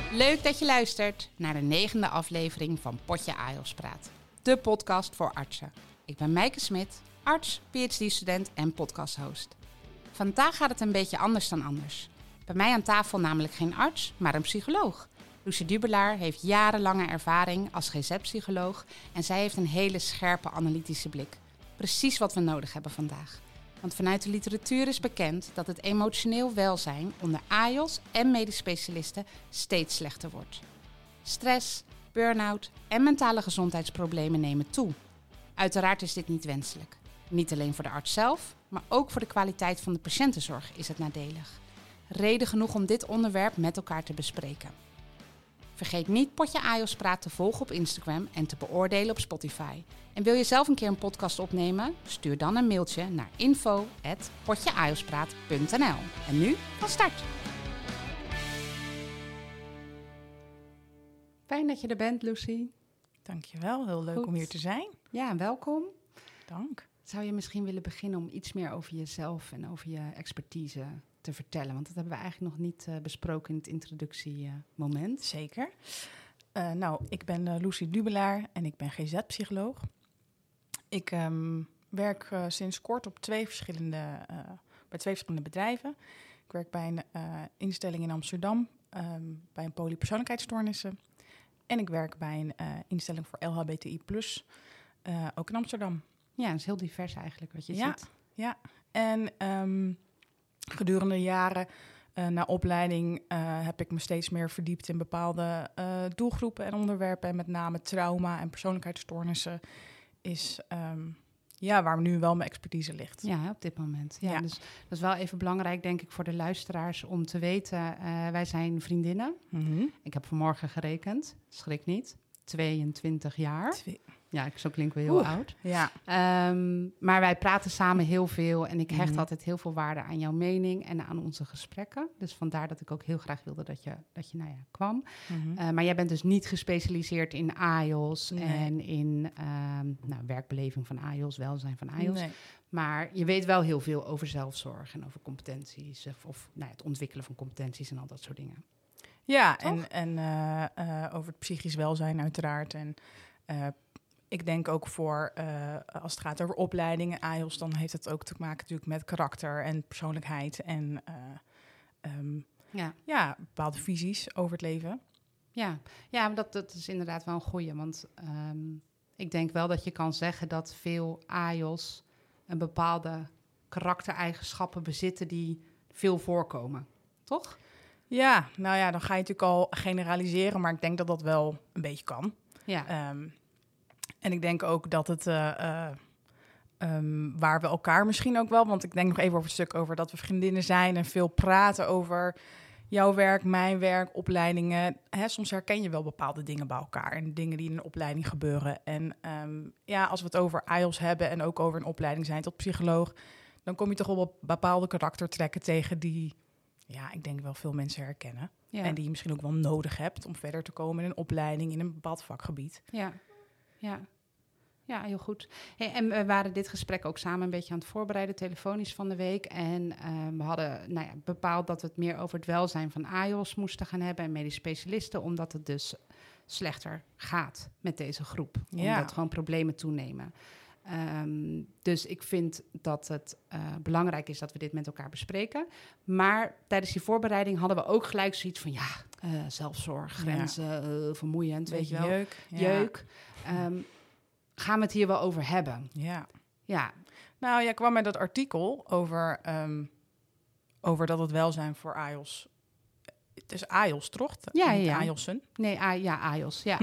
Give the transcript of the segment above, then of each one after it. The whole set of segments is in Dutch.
Leuk dat je luistert naar de 9e aflevering van Potje AIOS Praat. De podcast voor artsen. Ik ben Mijke Smit, arts, PhD-student en podcasthost. Vandaag gaat het een beetje anders dan anders. Bij mij aan tafel namelijk geen arts, maar een psycholoog. Loesje Dubelaar heeft jarenlange ervaring als GZ-psycholoog en zij heeft een hele scherpe analytische blik. Precies wat we nodig hebben vandaag. Want vanuit de literatuur is bekend dat het emotioneel welzijn onder AIOS en medisch specialisten steeds slechter wordt. Stress, burn-out en mentale gezondheidsproblemen nemen toe. Uiteraard is dit niet wenselijk. Niet alleen voor de arts zelf, maar ook voor de kwaliteit van de patiëntenzorg is het nadelig. Reden genoeg om dit onderwerp met elkaar te bespreken. Vergeet niet Potje AIOS Praat te volgen op Instagram en te beoordelen op Spotify. En wil je zelf een keer een podcast opnemen? Stuur dan een mailtje naar info@potjeaiospraat.nl. En nu van start! Fijn dat je er bent, Lucy. Dankjewel, heel leuk om hier te zijn. Ja, welkom. Dank. Zou je misschien willen beginnen om iets meer over jezelf en over je expertise te vertellen? Want dat hebben we eigenlijk nog niet besproken in het introductiemoment. Zeker. Ik ben Lucy Dubelaar en ik ben GZ-psycholoog. Ik werk sinds kort op bij twee verschillende bedrijven. Ik werk bij een instelling in Amsterdam, bij een polypersoonlijkheidsstoornissen. En ik werk bij een instelling voor LHBTI+, ook in Amsterdam. Ja, dat is heel divers eigenlijk wat je ziet. Ja, en gedurende de jaren na opleiding heb ik me steeds meer verdiept in bepaalde doelgroepen en onderwerpen. En met name trauma en persoonlijkheidsstoornissen is waar nu wel mijn expertise ligt. Ja, op dit moment. Ja. Dus dat is wel even belangrijk, denk ik, voor de luisteraars om te weten. Wij zijn vriendinnen. Mm-hmm. Ik heb vanmorgen gerekend, schrik niet, 22 jaar. Ja, zo klinken we heel oud. Ja. Maar wij praten samen heel veel en ik hecht altijd heel veel waarde aan jouw mening en aan onze gesprekken. Dus vandaar dat ik ook heel graag wilde dat je kwam. Mm-hmm. Maar jij bent dus niet gespecialiseerd in AIOS en in werkbeleving van AIOS, welzijn van AIOS. Nee. Maar je weet wel heel veel over zelfzorg en over competenties of het ontwikkelen van competenties en al dat soort dingen. Ja, toch? en over het psychisch welzijn uiteraard. En ik denk ook als het gaat over opleidingen, AIOS, dan heeft het ook te maken natuurlijk met karakter en persoonlijkheid en bepaalde visies over het leven. Ja, dat is inderdaad wel een goeie, want ik denk wel dat je kan zeggen dat veel AIOS een bepaalde karaktereigenschappen bezitten die veel voorkomen, toch? Ja, dan ga je natuurlijk al generaliseren, maar ik denk dat dat wel een beetje kan. Ja. En ik denk ook dat het, waar we elkaar misschien ook wel, want ik denk nog even over het stuk over dat we vriendinnen zijn en veel praten over jouw werk, mijn werk, opleidingen. Soms herken je wel bepaalde dingen bij elkaar en dingen die in een opleiding gebeuren. En als we het over AIOS hebben en ook over een opleiding zijn tot psycholoog, dan kom je toch wel bepaalde karaktertrekken tegen die, ik denk wel veel mensen herkennen. Ja. En die je misschien ook wel nodig hebt om verder te komen in een opleiding in een bepaald vakgebied. Ja, heel goed. Hey, en we waren dit gesprek ook samen een beetje aan het voorbereiden, telefonisch van de week. En we hadden bepaald dat we het meer over het welzijn van AIOS moesten gaan hebben en medisch specialisten, omdat het dus slechter gaat met deze groep. Omdat gewoon problemen toenemen. Dus ik vind dat het belangrijk is dat we dit met elkaar bespreken. Maar tijdens die voorbereiding hadden we ook gelijk zoiets van zelfzorg, grenzen, vermoeiend, weet je wel. Jeuk. Gaan we het hier wel over hebben? Ja. Nou, jij kwam met dat artikel over dat het welzijn voor AIOS. Het is AIOS, toch? Ja. AIOS'en. Nee, AIOS, ja.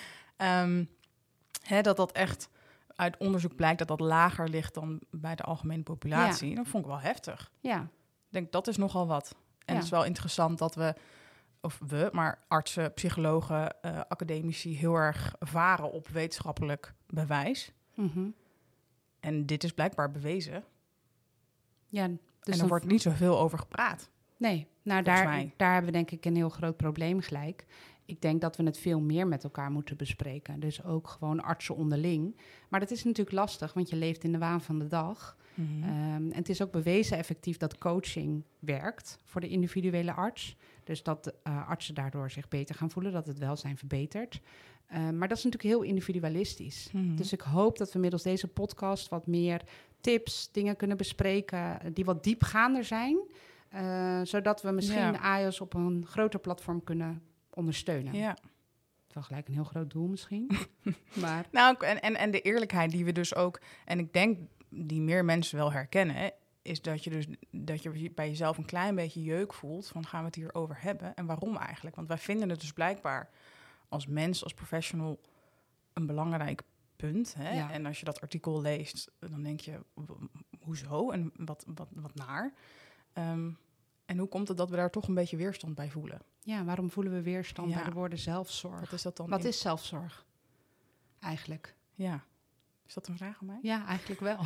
Dat echt uit onderzoek blijkt dat dat lager ligt dan bij de algemene populatie. Ja. Dat vond ik wel heftig. Ja. Ik denk, dat is nogal wat. En het is wel interessant dat maar artsen, psychologen, academici heel erg varen op wetenschappelijk bewijs. Mm-hmm. En dit is blijkbaar bewezen. Ja, dus en er wordt niet zoveel over gepraat. Nee, daar hebben we denk ik een heel groot probleem gelijk. Ik denk dat we het veel meer met elkaar moeten bespreken. Dus ook gewoon artsen onderling. Maar dat is natuurlijk lastig, want je leeft in de waan van de dag. En het is ook bewezen effectief dat coaching werkt voor de individuele arts. Dus dat artsen daardoor zich beter gaan voelen, dat het welzijn verbetert. Maar dat is natuurlijk heel individualistisch. Dus ik hoop dat we middels deze podcast wat meer tips, dingen kunnen bespreken die wat diepgaander zijn. Zodat we misschien AIOS op een groter platform kunnen ondersteunen. Ja. Wel gelijk een heel groot doel misschien. Maar Nou, en de eerlijkheid die we dus ook... En ik denk die meer mensen wel herkennen... is dat je bij jezelf een klein beetje jeuk voelt... van gaan we het hier over hebben? En waarom eigenlijk? Want wij vinden het dus blijkbaar als mens, als professional... een belangrijk punt. Hè? Ja. En als je dat artikel leest, dan denk je... hoezo? En wat naar? En hoe komt het dat we daar toch een beetje weerstand bij voelen? ja, waarom voelen we weerstand bij de woorden zelfzorg? Wat is dat dan? Wat is zelfzorg eigenlijk? Ja. Is dat een vraag aan mij? Ja, eigenlijk wel.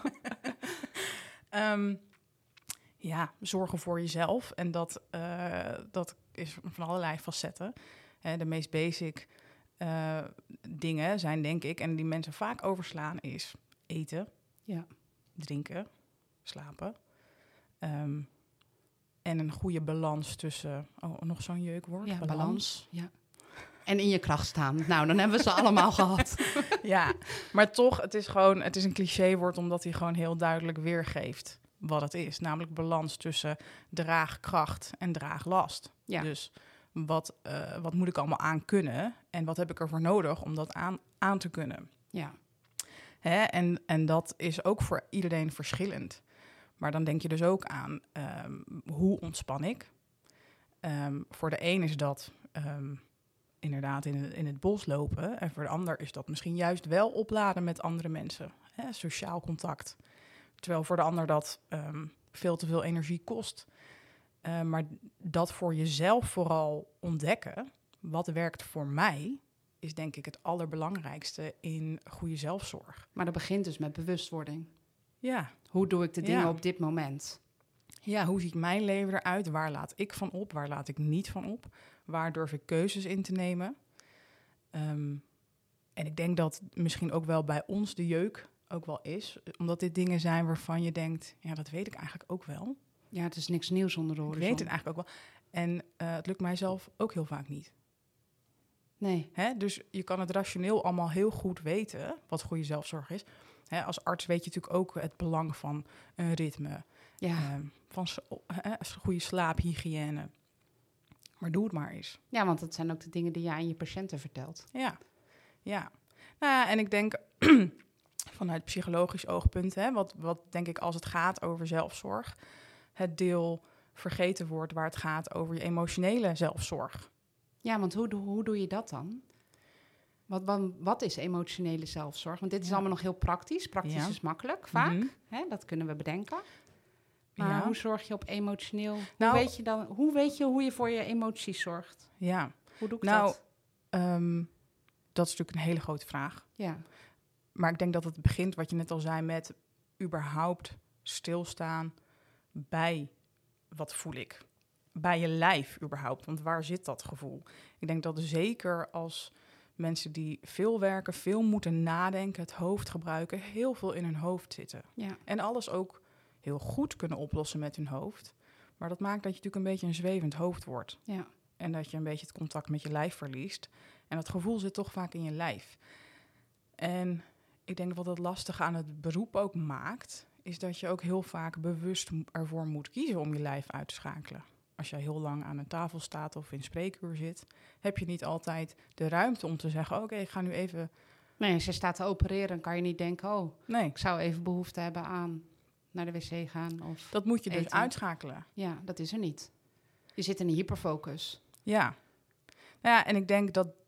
Zorgen voor jezelf. En dat is van allerlei facetten. De meest basic dingen zijn, denk ik, en die mensen vaak overslaan, is eten, drinken, slapen. En een goede balans tussen... Oh, nog zo'n jeukwoord? Ja, balans. Ja. En in je kracht staan. Nou, dan hebben we ze allemaal gehad. Ja, maar toch, het is een clichéwoord... omdat hij gewoon heel duidelijk weergeeft wat het is. Namelijk balans tussen draagkracht en draaglast. Ja. Dus wat moet ik allemaal aan kunnen... en wat heb ik ervoor nodig om dat aan te kunnen? Ja. Hè? En dat is ook voor iedereen verschillend. Maar dan denk je dus ook aan hoe ontspan ik. Voor de een is dat inderdaad in het bos lopen. En voor de ander is dat misschien juist wel opladen met andere mensen. Hè? Sociaal contact. Terwijl voor de ander dat veel te veel energie kost. Maar dat voor jezelf vooral ontdekken, wat werkt voor mij... is denk ik het allerbelangrijkste in goede zelfzorg. Maar dat begint dus met bewustwording. Ja. Hoe doe ik de dingen op dit moment? Ja, hoe ziet mijn leven eruit? Waar laat ik van op? Waar laat ik niet van op? Waar durf ik keuzes in te nemen? En ik denk dat misschien ook wel bij ons de jeuk ook wel is. Omdat dit dingen zijn waarvan je denkt... ja, dat weet ik eigenlijk ook wel. Ja, het is niks nieuws onder de horizon. Ik weet het eigenlijk ook wel. En het lukt mijzelf ook heel vaak niet. Nee. Hè? Dus je kan het rationeel allemaal heel goed weten... wat goede zelfzorg is. Hè, als arts weet je natuurlijk ook het belang van een ritme... Ja. Van goede slaaphygiëne. Maar doe het maar eens. Ja, want dat zijn ook de dingen die je aan je patiënten vertelt. Ja. Nou ja, en ik denk vanuit psychologisch oogpunt... Hè, wat denk ik als het gaat over zelfzorg... het deel vergeten wordt waar het gaat over je emotionele zelfzorg. Ja, want hoe doe je dat dan? Wat is emotionele zelfzorg? Want dit is allemaal nog heel praktisch. Praktisch is makkelijk, vaak. Hè, dat kunnen we bedenken. Maar hoe zorg je op emotioneel... Hoe weet je hoe je voor je emoties zorgt? Ja. Hoe doe ik dat? Dat is natuurlijk een hele grote vraag. Ja. Maar ik denk dat het begint, wat je net al zei... met überhaupt stilstaan bij wat voel ik. Bij je lijf überhaupt. Want waar zit dat gevoel? Ik denk dat zeker als mensen die veel werken... veel moeten nadenken, het hoofd gebruiken... heel veel in hun hoofd zitten. Ja. En alles ook... heel goed kunnen oplossen met hun hoofd. Maar dat maakt dat je natuurlijk een beetje een zwevend hoofd wordt. Ja. En dat je een beetje het contact met je lijf verliest. En dat gevoel zit toch vaak in je lijf. En ik denk wat het lastige aan het beroep ook maakt... is dat je ook heel vaak bewust ervoor moet kiezen om je lijf uit te schakelen. Als jij heel lang aan een tafel staat of in spreekuur zit... heb je niet altijd de ruimte om te zeggen... oké, ik ga nu even... Nee, als je staat te opereren, kan je niet denken... ik zou even behoefte hebben aan... naar de wc gaan of dat moet je eten. Dus uitschakelen. Ja, dat is er niet. Je zit in een hyperfocus. Ja. Ja, en ik denk dat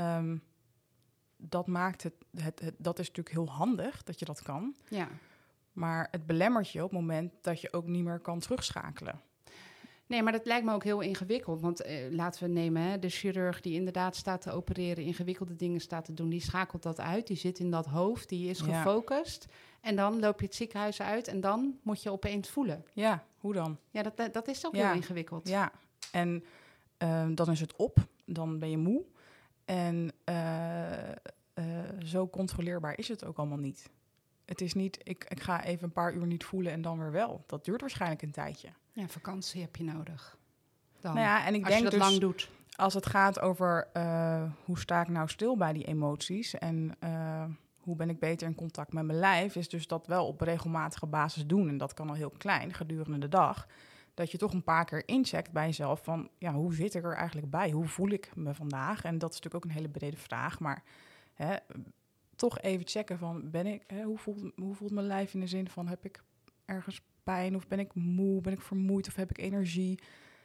dat maakt het... Dat is natuurlijk heel handig dat je dat kan. Ja. Maar het belemmert je op het moment dat je ook niet meer kan terugschakelen. Nee, maar dat lijkt me ook heel ingewikkeld. Want laten we nemen, de chirurg die inderdaad staat te opereren... ingewikkelde dingen staat te doen, die schakelt dat uit. Die zit in dat hoofd, die is gefocust... En dan loop je het ziekenhuis uit en dan moet je opeens voelen. Ja, hoe dan? Ja, dat is ook heel ingewikkeld. Ja, en dan is het op, dan ben je moe. En zo controleerbaar is het ook allemaal niet. Het is niet, ik ga even een paar uur niet voelen en dan weer wel. Dat duurt waarschijnlijk een tijdje. Ja, vakantie heb je nodig. Dan, Nou ja, en ik als denk je dat dus, lang doet. als het gaat over hoe sta ik nou stil bij die emoties en hoe ben ik beter in contact met mijn lijf, is dus dat wel op regelmatige basis doen. En dat kan al heel klein, gedurende de dag. Dat je toch een paar keer incheckt bij jezelf van, ja, hoe zit ik er eigenlijk bij? Hoe voel ik me vandaag? En dat is natuurlijk ook een hele brede vraag, maar toch even checken van, hoe voelt mijn lijf in de zin van, heb ik ergens pijn of ben ik moe, ben ik vermoeid of heb ik energie?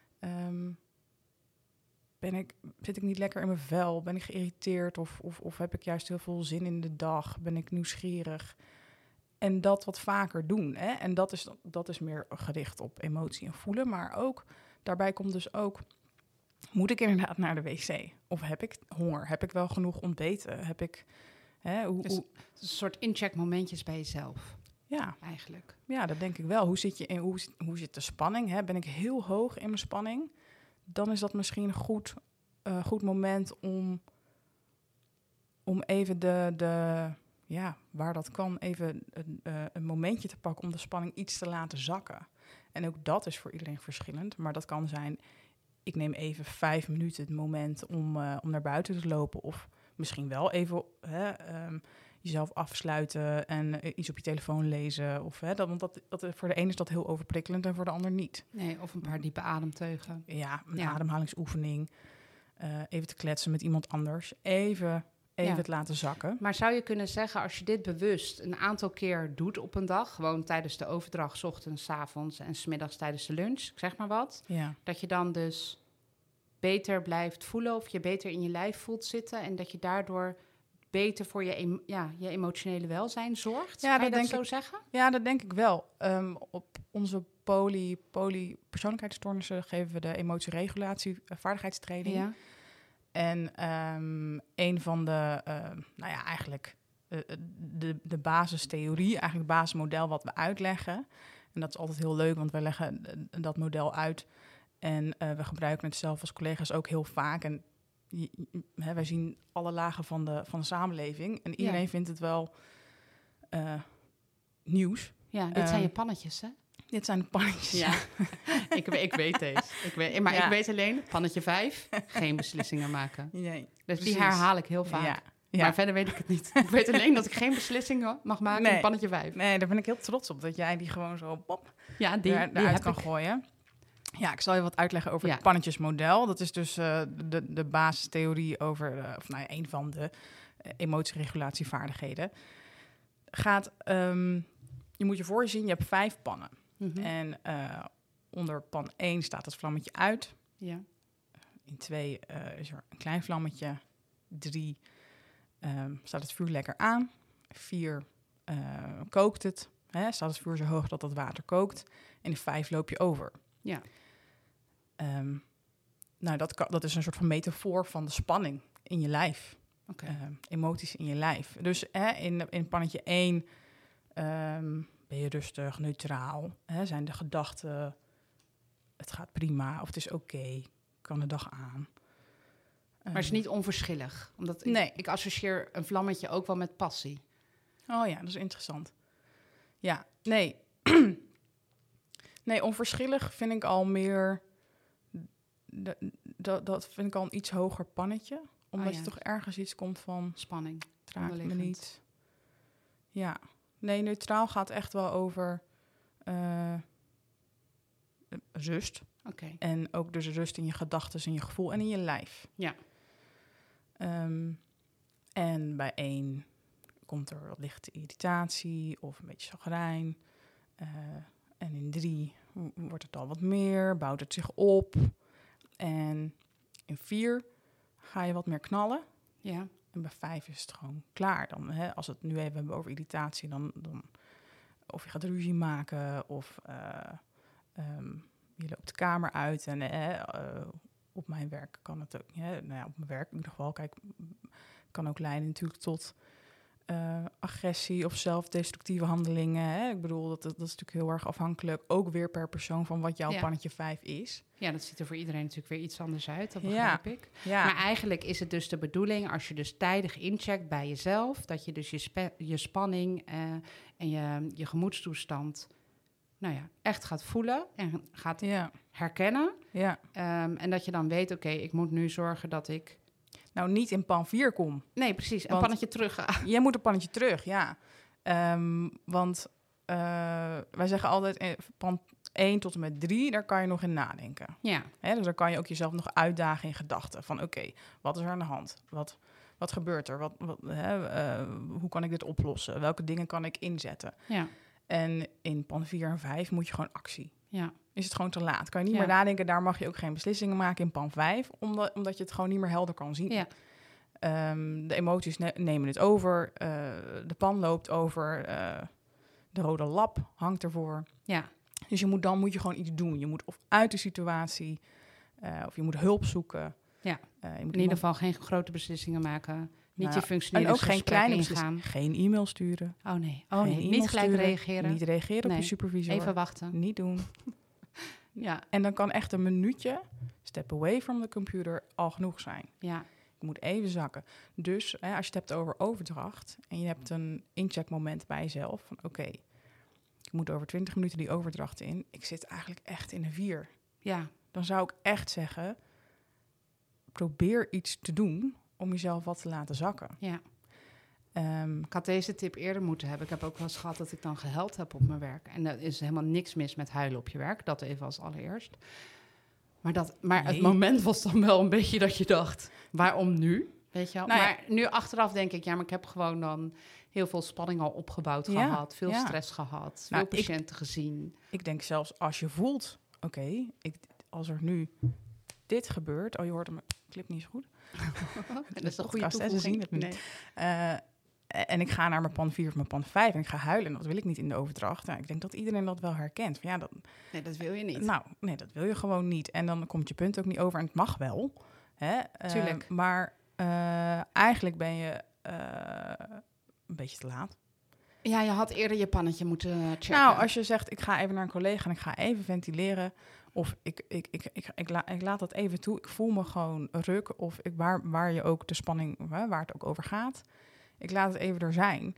Zit ik niet lekker in mijn vel? Ben ik geïrriteerd of heb ik juist heel veel zin in de dag? Ben ik nieuwsgierig? En dat wat vaker doen. Hè? En dat is meer gericht op emotie en voelen. Maar ook, daarbij komt dus ook, moet ik inderdaad naar de wc? Of heb ik honger? Heb ik wel genoeg ontbeten? Heb ik... Dus een soort incheckmomentjes bij jezelf. Ja, eigenlijk. Ja, dat denk ik wel. Hoe zit de spanning? Hè? Ben ik heel hoog in mijn spanning? Dan is dat misschien een goed moment om even waar dat kan, even een momentje te pakken om de spanning iets te laten zakken. En ook dat is voor iedereen verschillend. Maar dat kan zijn, ik neem even 5 minuten het moment om naar buiten te lopen. Of misschien wel even jezelf afsluiten en iets op je telefoon lezen. Want dat, voor de ene is dat heel overprikkelend en voor de ander niet. Nee, of een paar diepe ademteugen. Ja, een ademhalingsoefening. Even te kletsen met iemand anders. Even het laten zakken. Maar zou je kunnen zeggen, als je dit bewust een aantal keer doet op een dag, gewoon tijdens de overdracht, 's ochtends, 's avonds en 's middags tijdens de lunch, ik zeg maar wat, dat je dan dus beter blijft voelen of je beter in je lijf voelt zitten en dat je daardoor beter voor je emotionele welzijn zorgt? Ja, kan je dat zo zeggen? Ja, dat denk ik wel. Op onze poly persoonlijkheidsstoornissen geven we de emotieregulatie vaardigheidstraining. Ja. En een van de, eigenlijk de basistheorie, eigenlijk het basismodel wat we uitleggen. En dat is altijd heel leuk, want wij leggen dat model uit. En we gebruiken het zelf als collega's ook heel vaak. En wij zien alle lagen van de samenleving. En iedereen vindt het wel nieuws. Ja, dit zijn je pannetjes, hè? Dit zijn de pannetjes. Ja, ik weet deze. Ik weet alleen, pannetje 5, geen beslissingen maken. Nee, dus die herhaal ik heel vaak. Ja. Maar verder weet ik het niet. Ik weet alleen dat ik geen beslissingen mag maken in pannetje 5. Nee, daar ben ik heel trots op, dat jij die gewoon zo eruit kan gooien. Ja, ik zal je wat uitleggen over het pannetjesmodel. Dat is dus de basistheorie over, een van de emotieregulatievaardigheden. Je moet je voor je zien, je hebt 5 pannen. Mm-hmm. En onder pan 1 staat het vlammetje uit. Ja. In 2 is er een klein vlammetje. 3 staat het vuur lekker aan. 4 kookt het. Staat het vuur zo hoog dat het water kookt. En in 5 loop je over. Ja. Dat is een soort van metafoor van de spanning in je lijf. Okay. Emoties in je lijf. Dus in pannetje 1 ben je rustig, neutraal. Zijn de gedachten, het gaat prima of het is oké, kan de dag aan. Maar het is niet onverschillig. Omdat ik associeer een vlammetje ook wel met passie. Oh ja, dat is interessant. Ja, nee. Nee, onverschillig vind ik al meer... Dat vind ik al een iets hoger pannetje. Omdat je toch ergens iets komt van... Spanning. Raakt me niet. Ja. Nee, neutraal gaat echt wel over rust. Okay. En ook dus rust in je gedachten, in je gevoel en in je lijf. Ja. En bij 1 komt er wat lichte irritatie of een beetje chagrijn. En in 3 wordt het al wat meer, bouwt het zich op. En in 4 ga je wat meer knallen. Ja. En bij 5 is het gewoon klaar. Dan, als we het nu even hebben over irritatie, dan of je gaat ruzie maken of je loopt de kamer uit. En op mijn werk kan het ook. Op mijn werk in ieder geval. Kijk, kan ook leiden natuurlijk tot agressie of zelfdestructieve handelingen. Hè? Ik bedoel, dat is natuurlijk heel erg afhankelijk, ook weer per persoon, van wat jouw pannetje 5 is. Ja, dat ziet er voor iedereen natuurlijk weer iets anders uit, dat begrijp ik. Ja. Maar eigenlijk is het dus de bedoeling, als je dus tijdig incheckt bij jezelf, dat je dus je spanning en je gemoedstoestand echt gaat voelen en gaat herkennen. Ja. En dat je dan weet, oké, ik moet nu zorgen dat ik... Nou, niet in pan 4 kom. Nee, precies. Een pannetje terug ga. Jij moet een pannetje terug, ja. Want wij zeggen altijd, pan 1 tot en met 3, daar kan je nog in nadenken. Ja. Hè, dus daar kan je ook jezelf nog uitdagen in gedachten. Van oké, wat is er aan de hand? Wat gebeurt er? Hoe kan ik dit oplossen? Welke dingen kan ik inzetten? Ja. En in pan 4 en 5 moet je gewoon actie. Ja. Is het gewoon te laat? Kan je niet meer nadenken, daar mag je ook geen beslissingen maken in pan 5, omdat je het gewoon niet meer helder kan zien. Ja. De emoties nemen het over, de pan loopt over, de rode lap hangt ervoor. Ja. Dus dan moet je gewoon iets doen. Je moet of uit de situatie, of je moet hulp zoeken. Ja. In ieder geval geen grote beslissingen maken. Niet je functioneren. En ook geen kleine beslissingen. Geen e-mail sturen. Oh nee. Niet gelijk reageren. Niet reageren op je supervisor. Even wachten. Niet doen. Ja. En dan kan echt een minuutje, step away from the computer, al genoeg zijn. Ja. Je moet even zakken. Dus als je het hebt over overdracht en je hebt een incheckmoment bij jezelf van oké, ik moet over 20 minuten die overdracht in. Ik zit eigenlijk echt in een 4. Ja. Dan zou ik echt zeggen, probeer iets te doen om jezelf wat te laten zakken. Ja. Ik had deze tip eerder moeten hebben. Ik heb ook wel eens gehad dat ik dan gehuild heb op mijn werk. En er is helemaal niks mis met huilen op je werk. Dat even als allereerst. Maar het moment was dan wel een beetje dat je dacht, waarom nu? Weet je wel? Maar nu achteraf denk ik, maar ik heb gewoon dan heel veel spanning al opgebouwd gehad. Veel stress gehad. Veel patiënten gezien. Ik denk zelfs als je voelt, oké, als er nu dit gebeurt. Oh, je hoort hem, clip niet zo goed. Dat is een goede toevoeging. Ze zien het niet. En ik ga naar mijn pan 4 of mijn pan 5 en ik ga huilen. En dat wil ik niet in de overdracht. Nou, ik denk dat iedereen dat wel herkent. Van, nee, dat wil je niet. Nou, nee, dat wil je gewoon niet. En dan komt je punt ook niet over. En het mag wel. Hè? Tuurlijk. Maar eigenlijk ben je een beetje te laat. Ja, je had eerder je pannetje moeten checken. Nou, als je zegt, ik ga even naar een collega en ik ga even ventileren. Of ik laat dat even toe. Ik voel me gewoon ruk. Of waar je ook de spanning, waar het ook over gaat. Ik laat het even er zijn.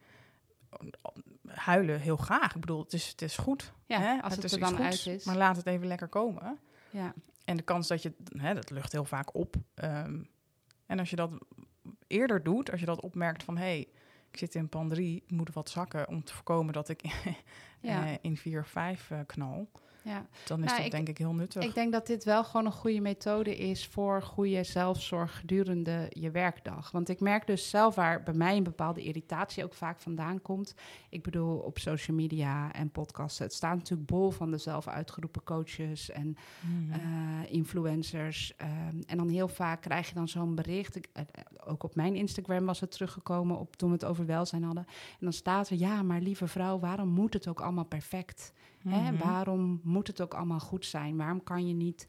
Huilen heel graag. Ik bedoel, het is goed. Ja, hè? als het er dan uit is. Maar laat het even lekker komen. Ja. En de kans dat dat lucht heel vaak op. En als je dat eerder doet, als je dat opmerkt van, ik zit in pan 3, ik moet wat zakken om te voorkomen dat ik in 4 of 5 knal. Ja. Dan is dat denk ik heel nuttig. Ik denk dat dit wel gewoon een goede methode is voor goede zelfzorg gedurende je werkdag. Want ik merk dus zelf waar bij mij een bepaalde irritatie ook vaak vandaan komt. Ik bedoel, op social media en podcasten. Het staat natuurlijk bol van de zelf uitgeroepen coaches en influencers. En dan heel vaak krijg je dan zo'n bericht. Ook op mijn Instagram was het teruggekomen toen we het over welzijn hadden. En dan staat er, maar lieve vrouw, waarom moet het ook allemaal perfect? Hè? Waarom moet het ook allemaal goed zijn? Waarom kan je niet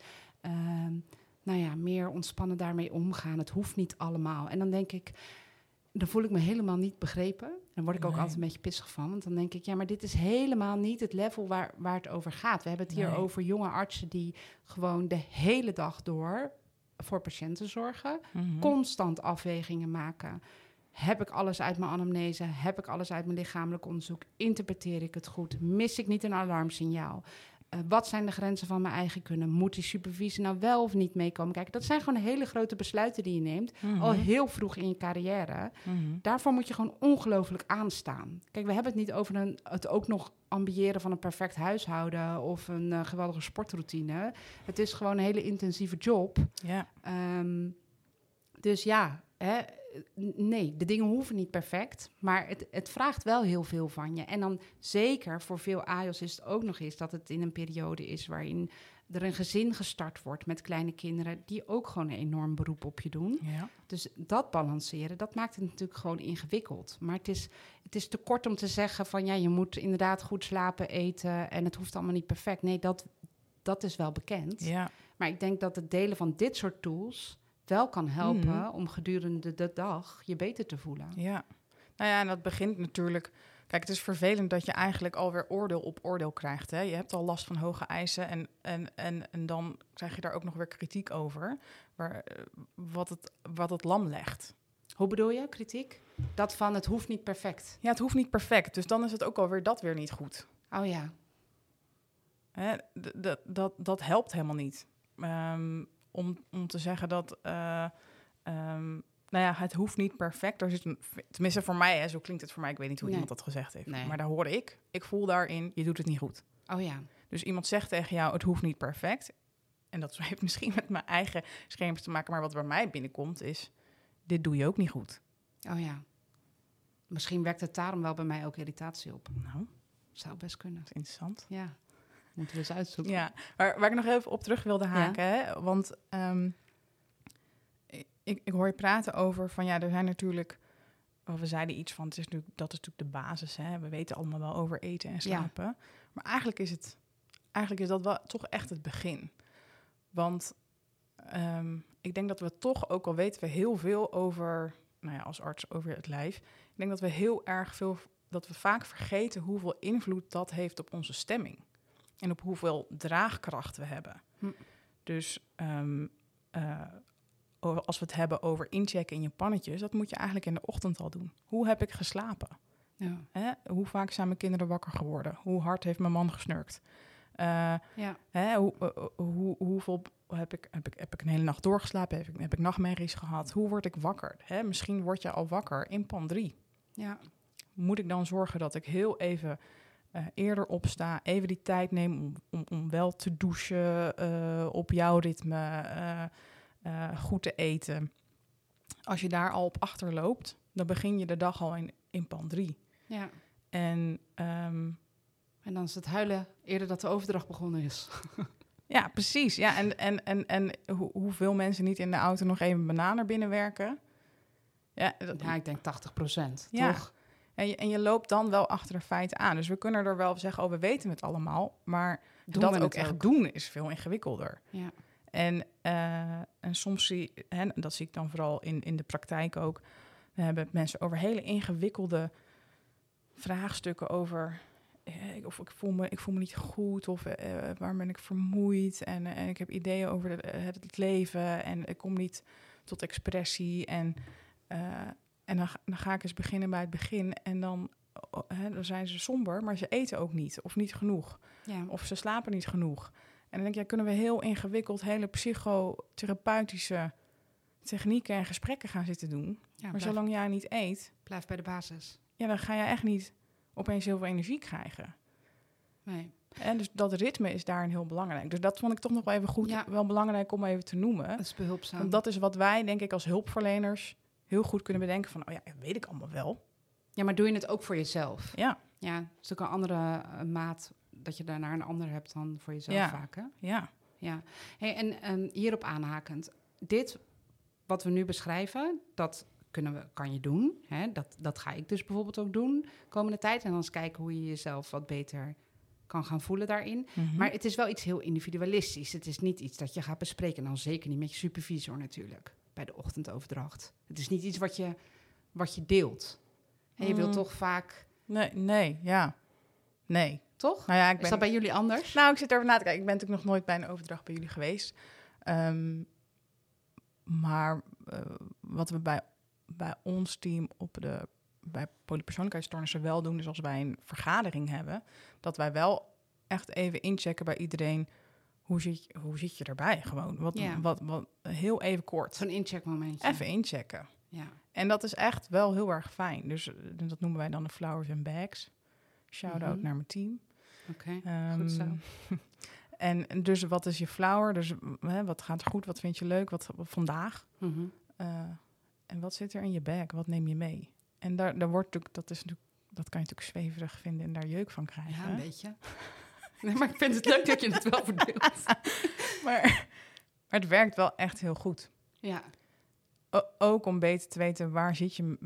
meer ontspannen daarmee omgaan? Het hoeft niet allemaal. En dan denk ik, dan voel ik me helemaal niet begrepen. Dan word ik ook altijd een beetje pissig van. Want dan denk ik, maar dit is helemaal niet het level waar het over gaat. We hebben het hier over jonge artsen die gewoon de hele dag door voor patiënten zorgen. Constant afwegingen maken. Heb ik alles uit mijn anamnese? Heb ik alles uit mijn lichamelijk onderzoek? Interpreteer ik het goed? Mis ik niet een alarmsignaal? Wat zijn de grenzen van mijn eigen kunnen? Moet die supervisie nou wel of niet meekomen kijken? Dat zijn gewoon hele grote besluiten die je neemt. Al heel vroeg in je carrière. Daarvoor moet je gewoon ongelooflijk aanstaan. Kijk, we hebben het niet over het ook nog ambiëren van een perfect huishouden of een geweldige sportroutine. Het is gewoon een hele intensieve job. Ja. Dus nee, de dingen hoeven niet perfect, maar het vraagt wel heel veel van je. En dan zeker voor veel AIOS is het ook nog eens dat het in een periode is waarin er een gezin gestart wordt met kleine kinderen die ook gewoon een enorm beroep op je doen. Ja. Dus dat balanceren, dat maakt het natuurlijk gewoon ingewikkeld. Maar het is te kort om te zeggen van je moet inderdaad goed slapen, eten en het hoeft allemaal niet perfect. Nee, dat is wel bekend. Ja. Maar ik denk dat het delen van dit soort tools wel kan helpen om gedurende de dag je beter te voelen. Ja, Nou ja, en dat begint natuurlijk... Kijk, het is vervelend dat je eigenlijk alweer oordeel op oordeel krijgt. Hè? Je hebt al last van hoge eisen en dan krijg je daar ook nog weer kritiek over. Wat het lam legt. Hoe bedoel je, kritiek? Dat van het hoeft niet perfect. Ja, het hoeft niet perfect. Dus dan is het ook alweer dat weer niet goed. Oh ja. Hè? Dat helpt helemaal niet. Om te zeggen dat... het hoeft niet perfect. Er zit tenminste voor mij, hè, zo klinkt het voor mij. Ik weet niet hoe iemand dat gezegd heeft. Nee. Maar daar hoor ik. Ik voel daarin, je doet het niet goed. Oh ja. Dus iemand zegt tegen jou, het hoeft niet perfect. En dat heeft misschien met mijn eigen schermpjes te maken. Maar wat bij mij binnenkomt is, dit doe je ook niet goed. Oh ja. Misschien wekt het daarom wel bij mij ook irritatie op. Nou, Zou best kunnen. dat is interessant. Ja. Moeten we eens uitzoeken. Ja, waar ik nog even op terug wilde haken. Ja. Hè? Want ik hoor je praten over van ja, er zijn natuurlijk... We zeiden iets van, dat is natuurlijk de basis. Hè? We weten allemaal wel over eten en slapen. Ja. Maar eigenlijk is dat wel toch echt het begin. Want ik denk dat we toch, ook al weten we heel veel over... als arts over het lijf. Ik denk dat we heel erg veel... dat we vaak vergeten hoeveel invloed dat heeft op onze stemming. En op hoeveel draagkracht we hebben. Dus als we het hebben over inchecken in je pannetjes... dat moet je eigenlijk in de ochtend al doen. Hoe heb ik geslapen? Ja. Hè? Hoe vaak zijn mijn kinderen wakker geworden? Hoe hard heeft mijn man gesnurkt? Hoeveel heb ik een hele nacht doorgeslapen? Heb ik nachtmerries gehad? Hoe word ik wakker? Hè? Misschien word je al wakker in pan 3. Ja. Moet ik dan zorgen dat ik heel even eerder opsta... even die tijd neem om wel te douchen... op jouw ritme... goed te eten. Als je daar al op achterloopt, dan begin je de dag al in pan 3. Ja. En dan is het huilen eerder dat de overdracht begonnen is. Ja, precies. Ja, en hoeveel mensen niet in de auto nog even een banaan naar binnen werken? Ja, ik denk 80%, ja. toch? En je loopt dan wel achter de feiten aan. Dus we kunnen er wel zeggen, we weten het allemaal. Maar dat ook echt doen is veel ingewikkelder. Ja. En soms dat zie ik dan vooral in de praktijk ook... hebben mensen over hele ingewikkelde vraagstukken over... of ik voel me niet goed, of waar ben ik vermoeid... en ik heb ideeën over het leven en ik kom niet tot expressie... en dan ga ik eens beginnen bij het begin en dan zijn ze somber... maar ze eten ook niet, of niet genoeg, of ze slapen niet genoeg... En dan denk je, kunnen we heel ingewikkeld... hele psychotherapeutische technieken en gesprekken gaan zitten doen. Ja, maar zolang jij niet eet... Blijf bij de basis. Ja, dan ga je echt niet opeens heel veel energie krijgen. Nee. En dus dat ritme is daarin heel belangrijk. Dus dat vond ik toch nog wel even goed, wel belangrijk om even te noemen. Dat is behulpzaam. Want dat is wat wij, denk ik, als hulpverleners... heel goed kunnen bedenken van... dat weet ik allemaal wel. Ja, maar doe je het ook voor jezelf? Ja. Ja, het is ook een andere maat... dat je daarnaar een ander hebt dan voor jezelf vaak, hè? Ja. Hey, en hierop aanhakend. Dit, wat we nu beschrijven, dat kan je doen. Hè? Dat ga ik dus bijvoorbeeld ook doen komende tijd. En dan eens kijken hoe je jezelf wat beter kan gaan voelen daarin. Mm-hmm. Maar het is wel iets heel individualistisch. Het is niet iets dat je gaat bespreken. En dan zeker niet met je supervisor natuurlijk, bij de ochtendoverdracht. Het is niet iets wat je deelt. En je wilt toch vaak... Nee. Toch? Nou ja, is dat bij jullie anders? Nou, ik zit erover na te kijken. Ik ben natuurlijk nog nooit bij een overdracht bij jullie geweest. Maar wat we bij ons team bij polypersoonlijkheidsstoornissen wel doen... is als wij een vergadering hebben... dat wij wel echt even inchecken bij iedereen... hoe zit je erbij gewoon? Wat heel even kort. Zo'n incheckmomentje. Even inchecken. Ja. En dat is echt wel heel erg fijn. Dus dat noemen wij dan de flowers and bags. Shout-out naar mijn team. Oké, goed zo. En dus wat is je flower? Dus wat gaat er goed? Wat vind je leuk? Wat vandaag? Mm-hmm. En wat zit er in je bag? Wat neem je mee? En daar wordt natuurlijk, dat kan je natuurlijk zweverig vinden en daar jeuk van krijgen. Ja, een beetje. Nee, maar ik vind het leuk dat je het wel verdeelt. maar het werkt wel echt heel goed. Ja. Ook om beter te weten waar zit je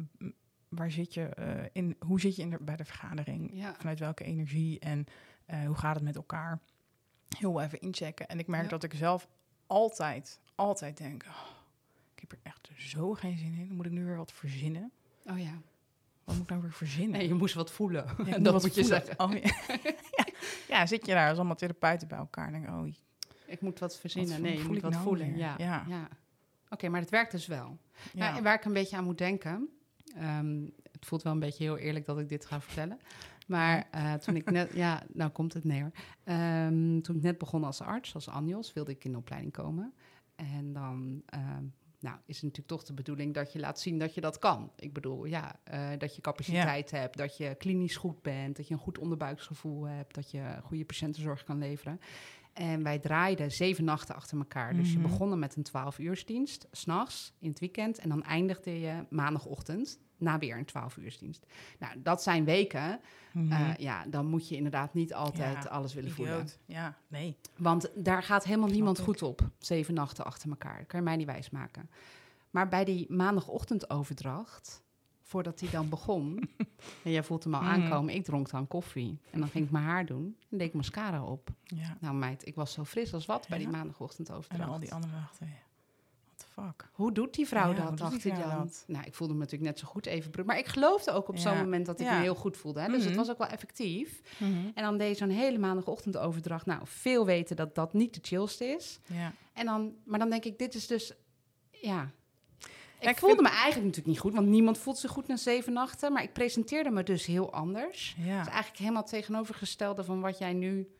hoe zit je bij de vergadering? Ja. Vanuit welke energie en hoe gaat het met elkaar? Heel even inchecken. En ik merk dat ik zelf altijd denk... ik heb er echt zo geen zin in. Dan moet ik nu weer wat verzinnen. Oh ja. Wat moet ik nou weer verzinnen? Nee, je moest wat voelen. Ja, En dat moet je zeggen. Oh, ja. Ja, zit je daar als allemaal therapeuten bij elkaar en denk oh, Ik moet wat verzinnen. Wat Nee, je voel moet ik wat nou voelen. weer? Ja. Ja. Oké, maar het werkt dus wel. ja. Nou, waar ik een beetje aan moet denken... het voelt wel een beetje heel eerlijk dat ik dit ga vertellen. Maar toen ik net... Ja, nou komt het neer. Toen ik net begon als arts, als Anjos, wilde ik in de opleiding komen. En dan... is het natuurlijk toch de bedoeling dat je laat zien dat je dat kan. Ik bedoel, dat je capaciteit hebt, dat je klinisch goed bent, dat je een goed onderbuiksgevoel hebt, dat je goede patiëntenzorg kan leveren. En wij draaiden 7 nachten achter elkaar. Dus je begon met een 12-uursdienst, 's nachts, in het weekend, en dan eindigde je maandagochtend na weer een 12-uursdienst. Nou, dat zijn weken. Dan moet je inderdaad niet altijd alles willen voelen. Ja, nee. Want daar gaat helemaal niemand goed op. 7 nachten achter elkaar. Dat kan je mij niet wijsmaken. Maar bij die maandagochtendoverdracht, voordat die dan begon... en jij voelt hem al aankomen, ik dronk dan koffie. En dan ging ik mijn haar doen en deed ik mascara op. Ja. Nou meid, ik was zo fris als wat bij die maandagochtendoverdracht. En al die andere dachten, what the fuck? Hoe doet die vrouw dat, dacht ik dan? Nou, ik voelde me natuurlijk net zo goed even... Maar ik geloofde ook op zo'n moment dat ik me heel goed voelde. Hè? Dus het was ook wel effectief. En dan deed je zo'n hele maandagochtendoverdracht. Nou, veel weten dat dat niet de chillste is. Ja. Maar dan denk ik, dit is dus... Ja... Ik voelde me eigenlijk natuurlijk niet goed, want niemand voelt zich goed na 7 nachten. Maar ik presenteerde me dus heel anders. Ja. Het is eigenlijk helemaal tegenovergestelde van wat jij nu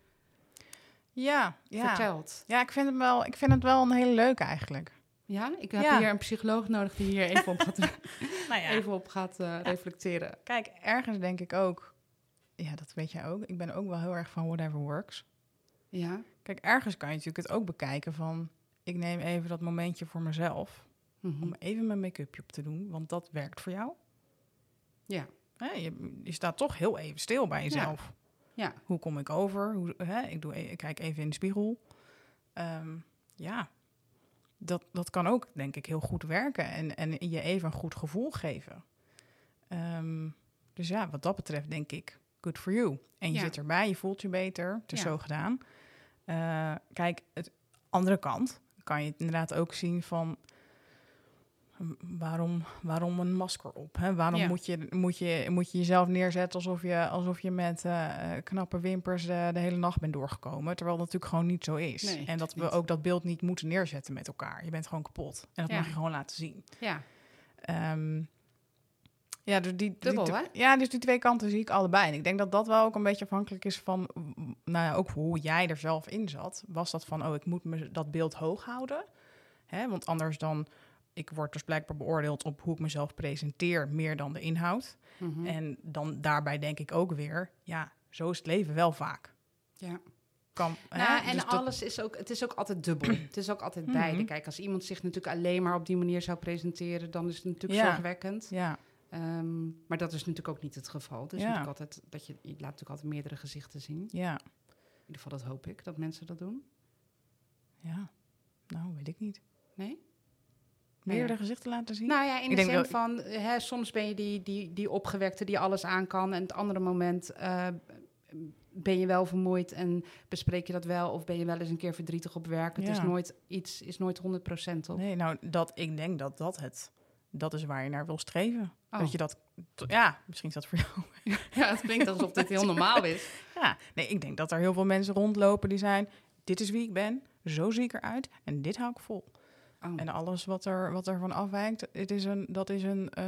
vertelt. Ja, ik vind het wel een hele leuke eigenlijk. Ja, ik heb hier een psycholoog nodig die hier even op gaat, reflecteren. Kijk, ergens denk ik ook, ja, dat weet jij ook. Ik ben ook wel heel erg van whatever works. Ja. Kijk, ergens kan je natuurlijk het ook bekijken van, ik neem even dat momentje voor mezelf. Om even mijn make-upje op te doen, want dat werkt voor jou. Ja. Je staat toch heel even stil bij jezelf. Ja. Hoe kom ik over? Ik kijk even in de spiegel. Dat kan ook, denk ik, heel goed werken. En je even een goed gevoel geven. Dus ja, wat dat betreft denk ik, good for you. En je zit erbij, je voelt je beter. Het is zo gedaan. Kijk, het andere kant kan je het inderdaad ook zien van... Waarom een masker op? Hè? Waarom moet je jezelf neerzetten alsof je met knappe wimpers de hele nacht bent doorgekomen? Terwijl dat natuurlijk gewoon niet zo is. Nee, en dat we ook dat beeld niet moeten neerzetten met elkaar. Je bent gewoon kapot. En dat mag je gewoon laten zien. Ja. Dus dus die 2 kanten zie ik allebei. En ik denk dat dat wel ook een beetje afhankelijk is van... ook hoe jij er zelf in zat. Was dat van, ik moet me dat beeld hoog houden? Hè? Want anders dan... Ik word dus blijkbaar beoordeeld op hoe ik mezelf presenteer... meer dan de inhoud. En dan daarbij denk ik ook weer... ja, zo is het leven wel vaak. Ja. En dus alles is ook... Het is ook altijd dubbel. Het is ook altijd beide. Kijk, als iemand zich natuurlijk alleen maar op die manier zou presenteren... dan is het natuurlijk zorgwekkend. Ja. Maar dat is natuurlijk ook niet het geval. Het is natuurlijk altijd dat je laat natuurlijk altijd meerdere gezichten zien. Ja. In ieder geval, dat hoop ik, dat mensen dat doen. Ja. Nou, weet ik niet. Nee? Meerdere gezichten laten zien? Nou ja, in de zin van... soms ben je die opgewekte die alles aan kan... en het andere moment ben je wel vermoeid... en bespreek je dat wel... of ben je wel eens een keer verdrietig op werk. Het is nooit 100% op. Nee, nou, ik denk dat is waar je naar wil streven. Oh. Dat je dat... misschien is dat voor jou. Ja, het klinkt alsof dit heel normaal is. Ja, nee, ik denk dat er heel veel mensen rondlopen die zijn... dit is wie ik ben, zo zie ik eruit en dit hou ik vol. Oh. En alles wat er van afwijkt, dat is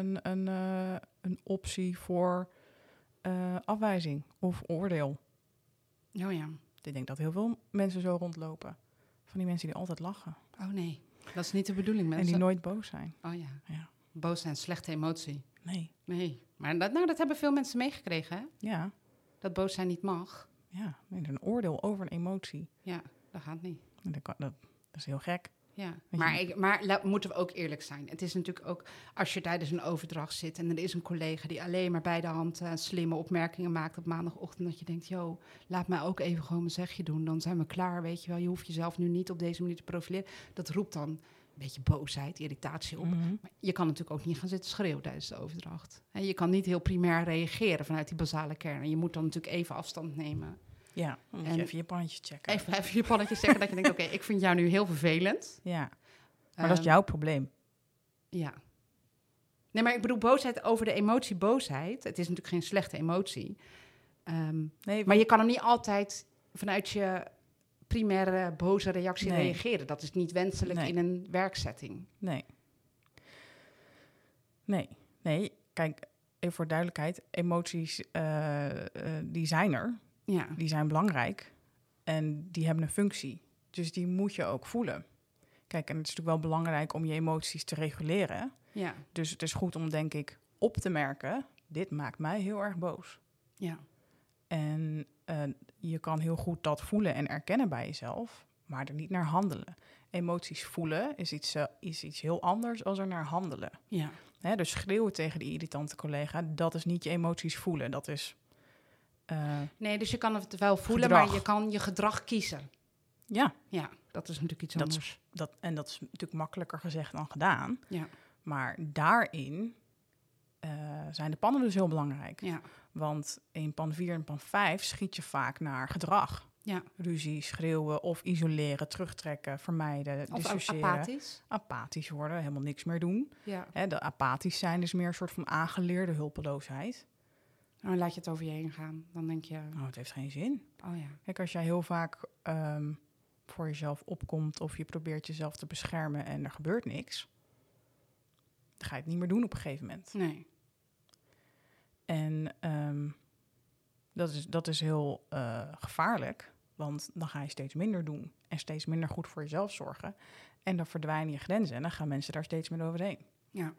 een optie voor afwijzing of oordeel. Oh ja. Ik denk dat heel veel mensen zo rondlopen. Van die mensen die altijd lachen. Oh nee, dat is niet de bedoeling, mensen. En die nooit boos zijn. Oh ja. Boos zijn, slechte emotie. Nee. Maar dat hebben veel mensen meegekregen, hè? Ja. Dat boos zijn niet mag. Ja, een oordeel over een emotie. Ja, dat gaat niet. Dat is heel gek. Ja, maar moeten we ook eerlijk zijn. Het is natuurlijk ook, als je tijdens een overdracht zit... en er is een collega die alleen maar bij de hand slimme opmerkingen maakt op maandagochtend... dat je denkt, laat mij ook even gewoon mijn zegje doen. Dan zijn we klaar, weet je wel. Je hoeft jezelf nu niet op deze manier te profileren. Dat roept dan een beetje boosheid, irritatie op. Maar je kan natuurlijk ook niet gaan zitten schreeuwen tijdens de overdracht. En je kan niet heel primair reageren vanuit die basale kern. En je moet dan natuurlijk even afstand nemen... Ja, dan moet je even je pannetjes checken. Even je pannetjes zeggen dat je denkt... oké, ik vind jou nu heel vervelend. Ja, maar dat is jouw probleem. Ja. Nee, maar ik bedoel boosheid over de emotie boosheid. Het is natuurlijk geen slechte emotie. Maar je kan er niet altijd vanuit je primaire boze reactie reageren. Dat is niet wenselijk in een werksetting. Nee. Kijk, even voor duidelijkheid. Emoties, die zijn er. Ja. Die zijn belangrijk. En die hebben een functie. Dus die moet je ook voelen. Kijk, en het is natuurlijk wel belangrijk om je emoties te reguleren. Ja. Dus het is goed om, denk ik, op te merken... dit maakt mij heel erg boos. Ja. En je kan heel goed dat voelen en erkennen bij jezelf... maar er niet naar handelen. Emoties voelen is iets heel anders dan er naar handelen. Ja. Hè, dus schreeuwen tegen die irritante collega... dat is niet je emoties voelen, dat is... nee, dus je kan het wel voelen, gedrag. Maar je kan je gedrag kiezen. Ja. Ja, dat is natuurlijk iets anders. Dat is natuurlijk makkelijker gezegd dan gedaan. Ja. Maar daarin zijn de pannen dus heel belangrijk. Ja. Want in pan 4 en pan 5 schiet je vaak naar gedrag. Ja. Ruzie, schreeuwen of isoleren, terugtrekken, vermijden, dissociëren. Apathisch. Apathisch worden, helemaal niks meer doen. Ja. Hè, de apathisch zijn is meer een soort van aangeleerde hulpeloosheid. Dan laat je het over je heen gaan. Dan denk je... Oh, het heeft geen zin. Oh ja. Kijk, als jij heel vaak voor jezelf opkomt... of je probeert jezelf te beschermen en er gebeurt niks... dan ga je het niet meer doen op een gegeven moment. Nee. En dat is heel gevaarlijk... want dan ga je steeds minder doen... en steeds minder goed voor jezelf zorgen... en dan verdwijnen je grenzen... en dan gaan mensen daar steeds meer overheen. Ja.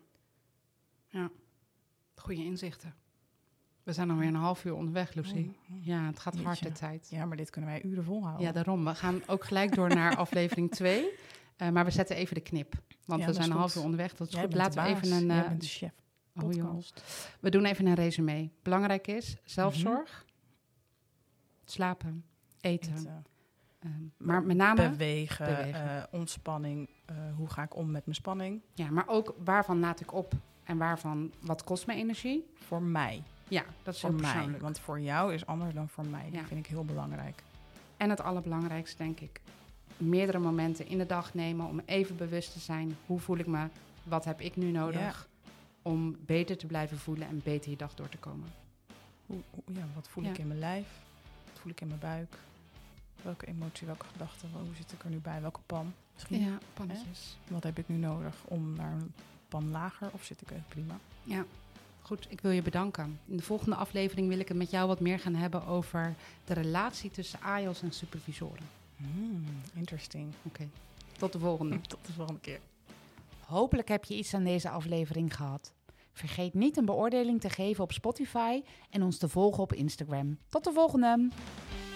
Goede inzichten. We zijn alweer een half uur onderweg, Lucy. Ja, het gaat hard de tijd. Ja, maar dit kunnen wij uren volhouden. Ja, daarom. We gaan ook gelijk door naar aflevering 2. Maar we zetten even de knip. Want we zijn een half uur onderweg. Dat is goed. Laten we even een... Jij bent de chef. We doen even een resume. Belangrijk is zelfzorg, slapen, eten. Maar met name... Bewegen. Ontspanning. Hoe ga ik om met mijn spanning? Ja, maar ook waarvan laat ik op en waarvan wat kost mijn energie? Voor mij. Ja, dat is voor mij. Want voor jou is anders dan voor mij. Ja. Dat vind ik heel belangrijk. En het allerbelangrijkste, denk ik, meerdere momenten in de dag nemen om even bewust te zijn. Hoe voel ik me? Wat heb ik nu nodig? Om beter te blijven voelen en beter je dag door te komen. Wat voel ik in mijn lijf? Wat voel ik in mijn buik? Welke emotie, welke gedachten? Hoe zit ik er nu bij? Welke pan? Misschien? Ja, pannetjes. Wat heb ik nu nodig om naar een pan lager? Of zit ik prima? Ja. Goed, ik wil je bedanken. In de volgende aflevering wil ik het met jou wat meer gaan hebben over de relatie tussen AIOS en supervisoren. Interesting. Oké. Tot de volgende. Tot de volgende keer. Hopelijk heb je iets aan deze aflevering gehad. Vergeet niet een beoordeling te geven op Spotify en ons te volgen op Instagram. Tot de volgende!